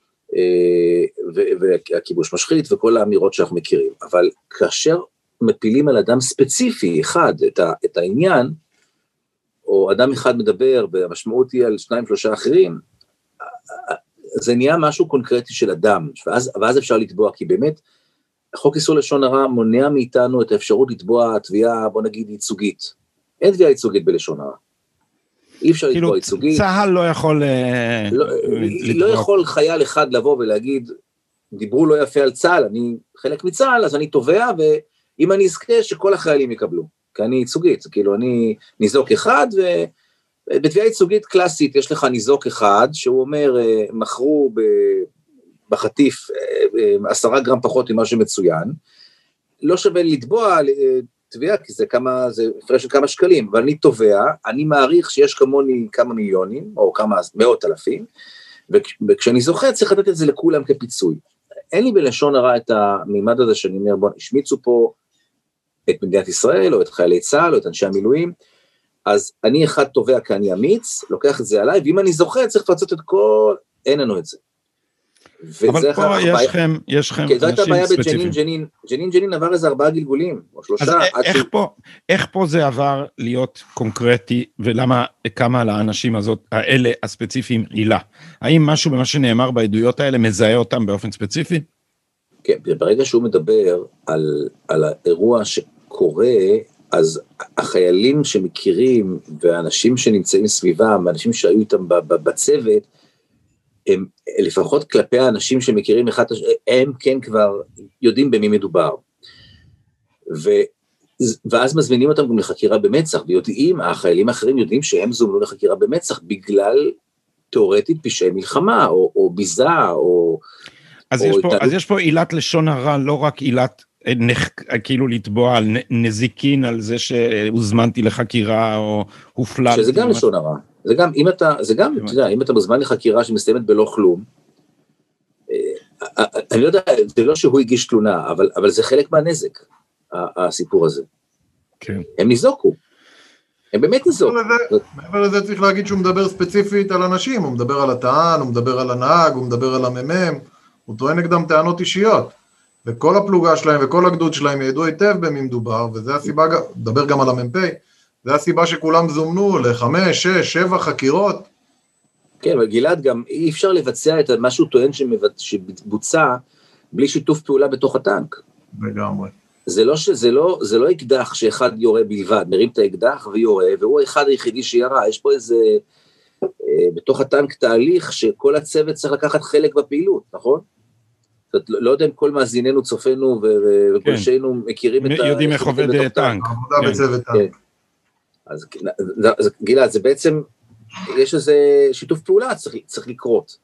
B: והכיבוש משחית, וכל האמירות שאנחנו מכירים. אבל כאשר מפילים על אדם ספציפי אחד את העניין, או אדם אחד מדבר, והמשמעות היא על 2-3 אחרים, זה נהיה משהו קונקרטי של אדם, ואז אפשר לתבוע, כי באמת, חוק איסור לשון הרע מונע מאיתנו את האפשרות לתבוע תביעה, בוא נגיד, ייצוגית. אין תביעה ייצוגית בלשון הרע. אי אפשר לתבוע ייצוגית.
A: צהל לא יכול...
B: לא יכול חייל אחד לבוא ולהגיד, דיברו לא יפה על צהל, אני חלק מצהל, אז אני תובע, ואם אני אזכה שכל החיילים יקבלו, כי אני ייצוגית, כאילו אני ניזוק אחד, ובתביעה ייצוגית קלאסית יש לך ניזוק אחד, שהוא אומר, מכרו בחטיף 10 גרם פחות ממה שמצוין, לא שווה לתבוע תביעה, כי זה הפרש של כמה שקלים, אבל אני תובע, אני מעריך שיש כמוני כמה מיליונים, או כמה מאות אלפים, וכשאני זוכה צריך לתת את זה לכולם כפיצוי. אין לי בלשון הרע את המימד הזה שאני אומר, בוא, השמיצו פה את מדינת ישראל, או את חיילי צה"ל, או את אנשי המילואים, אז אני אחד תובע כי אני אמיץ, לוקח את זה עליי, ואם אני זוכה צריך לפצות את כל, אין לנו את זה.
A: אבל פה יש לכם אנשים ספציפיים.
B: ג'נין עבר איזה 4 גלגולים, או 3. אז
A: איך פה זה עבר להיות קונקרטי, ולמה קמה לאנשים האלה הספציפיים עילה? האם משהו במה שנאמר בעדויות האלה מזהה אותם באופן ספציפי?
B: כן, ברגע שהוא מדבר על האירוע שקורה, אז החיילים שמכירים, והאנשים שנמצאים סביבם, האנשים שהיו איתם בצוות, הם לפחות כלפי האנשים שמכירים אחד, הם כן כבר יודעים במי מדובר. ואז מזמינים אותם גם לחקירה במצח, ויודעים, החיילים האחרים יודעים שהם זומנו לחקירה במצח, בגלל תיאורטית פשעי מלחמה, או ביזה, או...
A: אז יש פה עילת לשון הרע, לא רק עילת, כאילו לתבוע על נזיקין, על זה שהוזמנתי לחקירה, או הופלט.
B: שזה גם לשון הרע. זה גם, אם אתה מוזמן לחקירה שמסתיימת בלא כלום, אני לא יודע, זה לא שהוא הגיש תלונה, אבל זה חלק מהנזק, הסיפור הזה.
A: כן.
B: הם ניזוקו. הם באמת ניזוקו.
C: מעבר לזה צריך להגיד שהוא מדבר ספציפית על אנשים, הוא מדבר על הטען, הוא מדבר על הנהג, הוא מדבר על הממם, הוא טוען נגדם טענות אישיות, וכל הפלוגה שלהם וכל הגדוד שלהם ידעו היטב במי מדובר, וזה הסיבה, מדבר גם על המ"פ, זה הסיבה שכולם זומנו ל5, 6, 7 חקירות.
B: כן, אבל גלעד גם אי אפשר לבצע את מה שהוא טוען שבוצע בלי שיתוף פעולה בתוך הטנק.
C: לגמרי.
B: זה לא אקדח שאחד יורה בלבד, מרים את האקדח ויורה, והוא האחד היחידי שירה, יש פה איזה, בתוך הטנק תהליך שכל הצוות צריך לקחת חלק בפעילות, נכון? לא יודע אם כל מאזיננו, צופנו וגולשנו מכירים את ה...
A: יודעים איך עובד טנק.
C: עבודה בצוות טנק.
B: אז גלעד, זה בעצם, יש איזה שיתוף פעולה, צריך לקרות.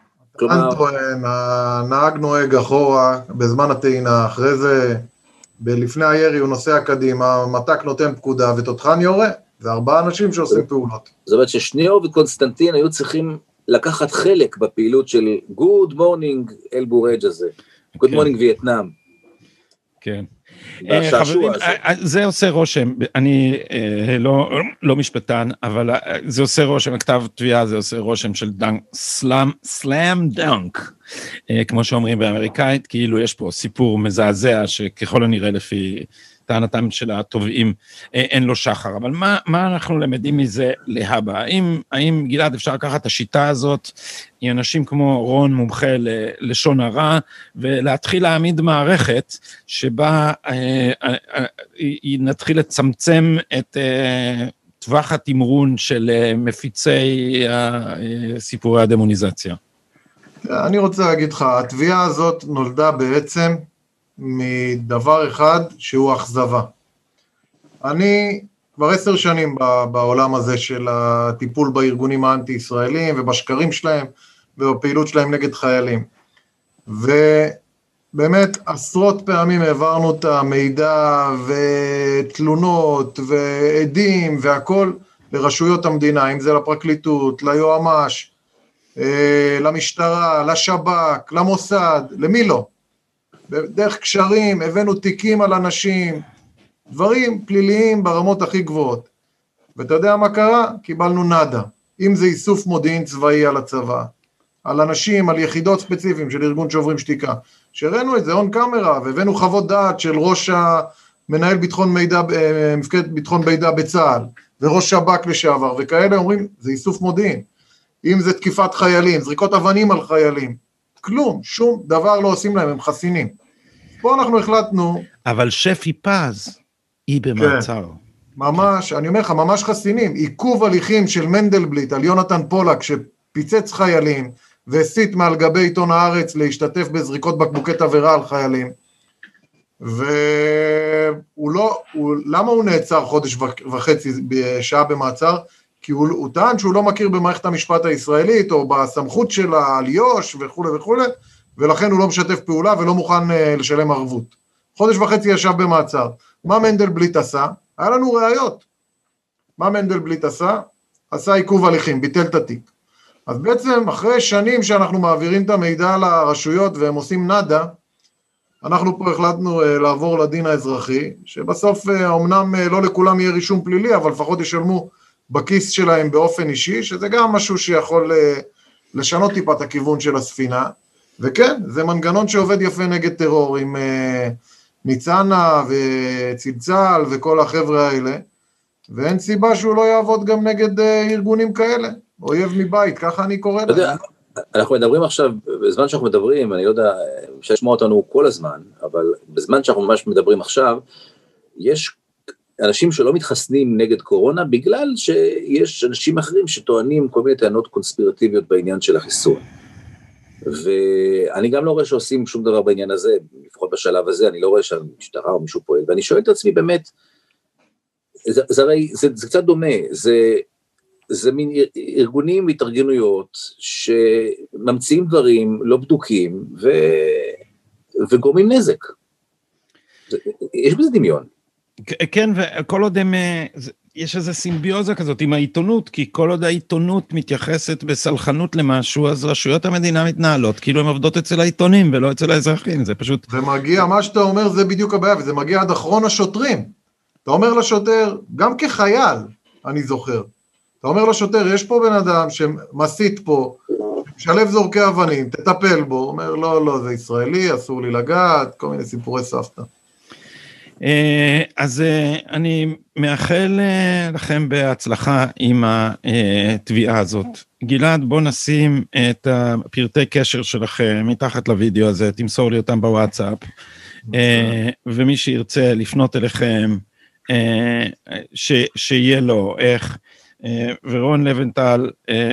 C: הנהג נוהג אחורה, בזמן הטעינה, אחרי זה, לפני הירי הוא נוסע קדימה, מתק נותן פקודה, ותותחן יורה, זה 4 אנשים שעושים פעולות.
B: זאת אומרת ששניאור וקונסטנטין היו צריכים לקחת חלק בפעילות של Good Morning אל בורג' הזה, Good Morning וייטנאם.
A: כן. חברים, זה עושה רושם, אני לא משפטן, אבל זה עושה רושם, הכתב תביעה זה עושה רושם של סלאם דנק, כמו שאומרים באמריקאית, כאילו יש פה סיפור מזעזע, שככל הנראה לפי טענתם של התובעים, אין לו שחר, אבל מה אנחנו למדים מזה להבא? האם גלעד אפשר לקחת את השיטה הזאת, עם אנשים כמו רון מומחה ללשון הרע, ולהתחיל להעמיד מערכת, שבה היא נתחיל לצמצם את טווח התמרון של מפיצי סיפורי הדמוניזציה?
C: אני רוצה להגיד לך, התביעה הזאת נולדה בעצם מדבר אחד שהוא אכזבה. אני כבר 10 שנים בעולם הזה של הטיפול בארגונים האנטי-ישראלים ובשקרים שלהם ובפעילות שלהם נגד חיילים. ובאמת עשרות פעמים העברנו את המידע ותלונות ועדים והכל לרשויות המדינה, אם זה לפרקליטות, ליועמ"ש, למשטרה, לשב"כ, למוסד, למי לא. בדרך קשרים הבאנו תיקים על אנשים, דברים פליליים ברמות הכי גבוהות. ואתה יודע מה קרה? קיבלנו נדה. אם זה איסוף מודיעין צבאי על הצבא, על אנשים, על יחידות ספציפיים של ארגון שוברים שתיקה, שהראינו את זה און קאמרה, והבאנו חוות דעת של ראש מנהל ביטחון מידע, מפקד ביטחון מידע בצה"ל, וראש שב"כ לשעבר, וכאלה אומרים, זה איסוף מודיעין. אם זה תקיפת חיילים, זריקות אבנים על חיילים, כלום, שום דבר לא עושים להם, הם חסינים. פה אנחנו החלטנו...
A: אבל שפי פז, היא במעצר. כן.
C: ממש, אני אומר לך, ממש חסינים. עיכוב הליכים של מנדלבליט על יונתן פולק, שפיצץ חיילים, והסית מעל גבי עיתון הארץ להשתתף בזריקות בקבוקי תבערה על חיילים. והוא לא, למה הוא נעצר חודש וחצי בשעה במעצר? כי הוא טען שהוא לא מכיר במערכת המשפט הישראלית, או בסמכות שלה על יוש וכו' וכו', ולכן הוא לא משתף פעולה ולא מוכן לשלם ערבות. חודש וחצי ישב במעצר. מה מנדלבליט עשה? היה לנו ראיות. מה מנדלבליט עשה? עשה עיכוב הליכים, ביטל את התיק. אז בעצם אחרי שנים שאנחנו מעבירים את המידע לרשויות והם עושים נדה, אנחנו פה החלטנו לעבור לדין האזרחי, שבסוף אמנם לא לכולם יהיה רישום פלילי, אבל לפחות ישלמו בכיס שלהם באופן אישי, שזה גם משהו שיכול לשנות טיפה את הכיוון של הספינה, וכן, זה מנגנון שעובד יפה נגד טרור, עם ניצנה וצלצל וכל החבר'ה האלה, ואין סיבה שהוא לא יעבוד גם נגד ארגונים כאלה, אויב מבית, ככה אני קורא לזה.
B: אנחנו מדברים עכשיו, בזמן שאנחנו מדברים, אני לא יודע, אפשר לשמוע אותנו כל הזמן, אבל בזמן שאנחנו ממש מדברים עכשיו, יש אנשים שלא מתחסנים נגד קורונה, בגלל שיש אנשים אחרים שטוענים כל מיני טענות קונספירטיביות בעניין של החיסון. ואני גם לא רואה שעושים שום דבר בעניין הזה, לפחות בשלב הזה, אני לא רואה שהמשטרה או מישהו פועל, ואני שואל את עצמי באמת, זה קצת דומה, זה מין ארגונים והתארגנויות שממציאים דברים לא בדוקים וגורמים נזק. יש בזה דמיון.
A: כן, וכל עוד יש איזו סימביוזה כזאת עם העיתונות, כי כל עוד העיתונות מתייחסת בסלחנות למשהו, אז רשויות המדינה מתנהלות, כאילו הן עובדות אצל העיתונים ולא אצל האזרחים, זה פשוט...
C: זה מגיע, מה שאתה אומר זה בדיוק הבעיה, וזה מגיע עד אחרון השוטרים. אתה אומר לשוטר, גם כחייל, אני זוכר, אתה אומר לשוטר, יש פה בן אדם שמסית פה, שלב זורקי אבנים, תטפל בו, הוא אומר, לא, זה ישראלי, אסור לי לגעת, כל מיני סיפורי סבתא.
A: אז אני מאחל לכם בהצלחה עם התביעה הזאת. גלעד, בוא נשים את הפרטי קשר שלכם מתחת לוידאו הזה, תמסור לי אותם בוואטסאפ, ומי שירצה לפנות אליכם, שיהיה לו איך, ורון לבנטל,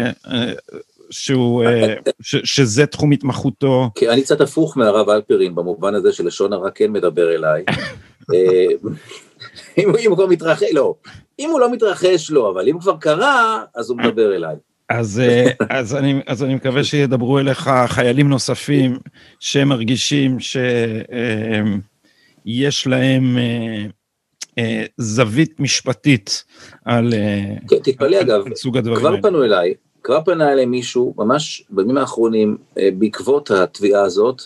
A: שזה תחום התמחותו.
B: כי אני קצת הפוך מהרב אלפרין, במובן הזה שלשון הרע כן מדבר אליי. אם הוא כבר מתרחש, לא. אם הוא לא מתרחש, לא, אבל אם כבר קרה, אז הוא מדבר אליי.
A: אז אני מקווה שידברו אליך חיילים נוספים, שמרגישים שיש להם זווית משפטית על סוג הדברים האלה.
B: כבר פנה אליי מישהו, ממש בימים האחרונים, בעקבות התביעה הזאת,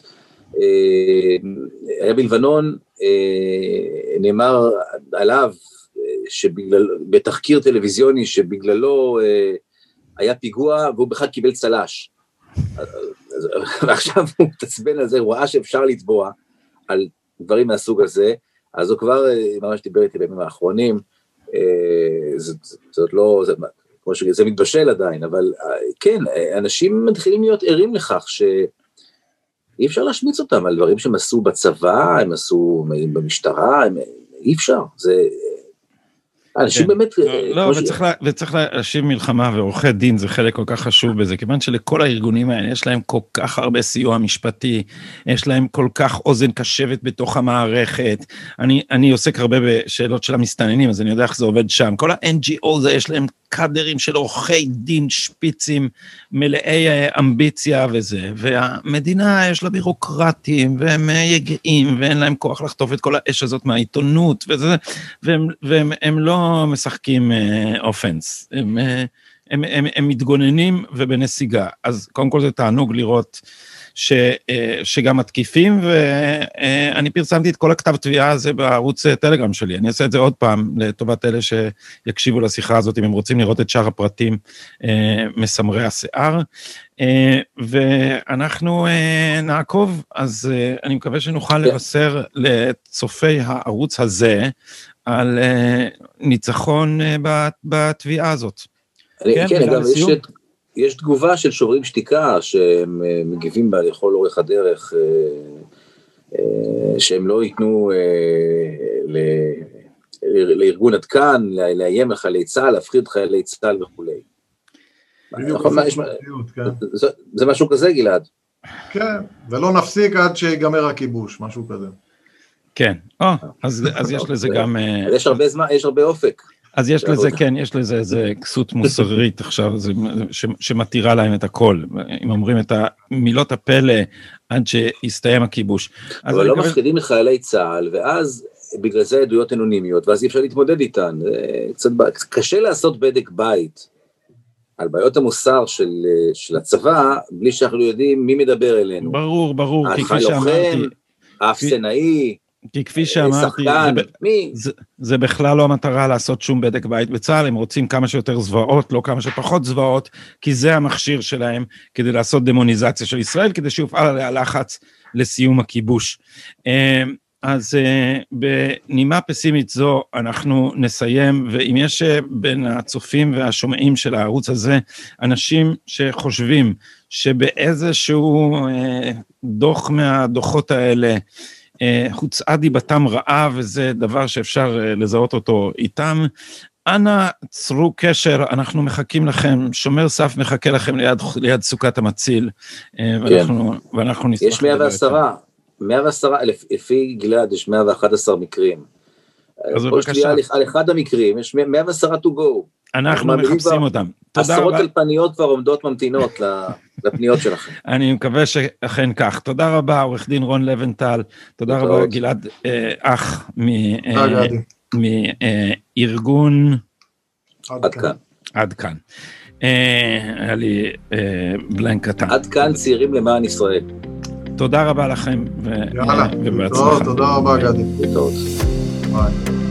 B: היה בלבנון, נאמר עליו, בתחקיר טלוויזיוני, שבגללו היה פיגוע, והוא בכלל קיבל צלש. ועכשיו הוא מתעצבן על זה, הוא ראה שאפשר לתבוע על דברים מהסוג הזה, אז הוא כבר ממש דיבר איתי בימים האחרונים, זאת לא... כמו שזה מתבשל עדיין, אבל כן, אנשים מתחילים להיות ערים לכך שאי אפשר להשמיץ אותם על דברים שהם עשו בצבא, הם עשו במשטרה, אי אפשר, אנשים באמת...
A: לא, וצריך להשיב מלחמה, ועורכי דין זה חלק כל כך חשוב בזה, כיוון שלכל הארגונים האלה יש להם כל כך הרבה סיוע משפטי, יש להם כל כך אוזן קשבת בתוך המערכת, אני עוסק הרבה בשאלות של המסתננים, אז אני יודע איך זה עובד שם, כל ה-NGO זה יש להם קדרים של עורכי דין שפיצים, מלאי אמביציה וזה, והמדינה יש לה בירוקרטים, והם יגעים, ואין להם כוח לחטוף את כל האש הזאת מהעיתונות, וזה, והם לא משחקים אופנס, הם מתגוננים ובנסיגה, אז קודם כל זה תענוג לראות שגם מתקיפים, ואני פרסמתי את כל הכתב תביעה הזה בערוץ טלגרם שלי, אני אעשה את זה עוד פעם, לטובת אלה שיקשיבו לשיחה הזאת, אם הם רוצים לראות את שאר הפרטים מסמרי השיער, ואנחנו נעקוב, אז אני מקווה שנוכל לבשר לצופי הערוץ הזה, על ניצחון בתביעה הזאת.
B: כן, אגב, יש תגובה של שוברים שתיקה, שהם מגיבים בה לכל אורך הדרך, שהם לא ייתנו לארגון עד כאן, לאיים על חיילי צה"ל, להפחיד חיילי צה"ל וכו'. זה משהו כזה, גלעד?
C: כן, ולא נפסיק עד שיגמר הכיבוש, משהו כזה.
A: כן, אז יש לזה גם...
B: יש הרבה זמן, יש הרבה אופק.
A: אז יש לזה, כן, יש לזה איזה כסות מוסרית עכשיו, שמתירה להם את הכל, אם אומרים את מילות הפלא עד שיסתיים הכיבוש.
B: אבל לא מפחידים את חיילי צה"ל, ואז בגלל זה עדויות אנונימיות, ואז אי אפשר להתמודד איתן. קשה לעשות בדק בית על בעיות המוסר של הצבא, בלי שאנחנו יודעים מי מדבר אלינו.
A: ברור, כי כפי שאמרתי...
B: האפסנאי,
A: כי כפי שאמרתי, זה בכלל לא המטרה לעשות שום בדק בית בצה"ל, הם רוצים כמה שיותר זוועות, לא כמה שפחות זוועות, כי זה המכשיר שלהם, כדי לעשות דמוניזציה של ישראל, כדי שיופעל עליה לחץ לסיום הכיבוש. אז בנימה פסימית זו אנחנו נסיים, ואם יש בין הצופים והשומעים של הערוץ הזה, אנשים שחושבים שבאיזשהו דוח מהדוחות האלה, הוצאה דיבתם רעה, וזה דבר שאפשר לזהות אותו איתם, אנא צרו קשר, אנחנו מחכים לכם, שומר סף מחכה לכם ליד סוכת המציל, ואנחנו נשמח.
B: יש 110, לפי גלעד יש 111 מקרים.
A: אז בבקשה.
B: על אחד המקרים, יש 110 to go.
A: אנחנו מחפשים אותם.
B: עשרות אלפניות כבר עומדות ממתינות לפניות שלכם.
A: אני מקווה שאכן כך. תודה רבה, עורך דין רון לבנטל. תודה רבה, גלעד אח מארגון... עד כאן. היה לי בלנק קטן.
B: עד כאן צעירים למען ישראל.
A: תודה רבה לכם.
C: יאללה, תודה רבה גדי.
B: להתראות.
C: ביי.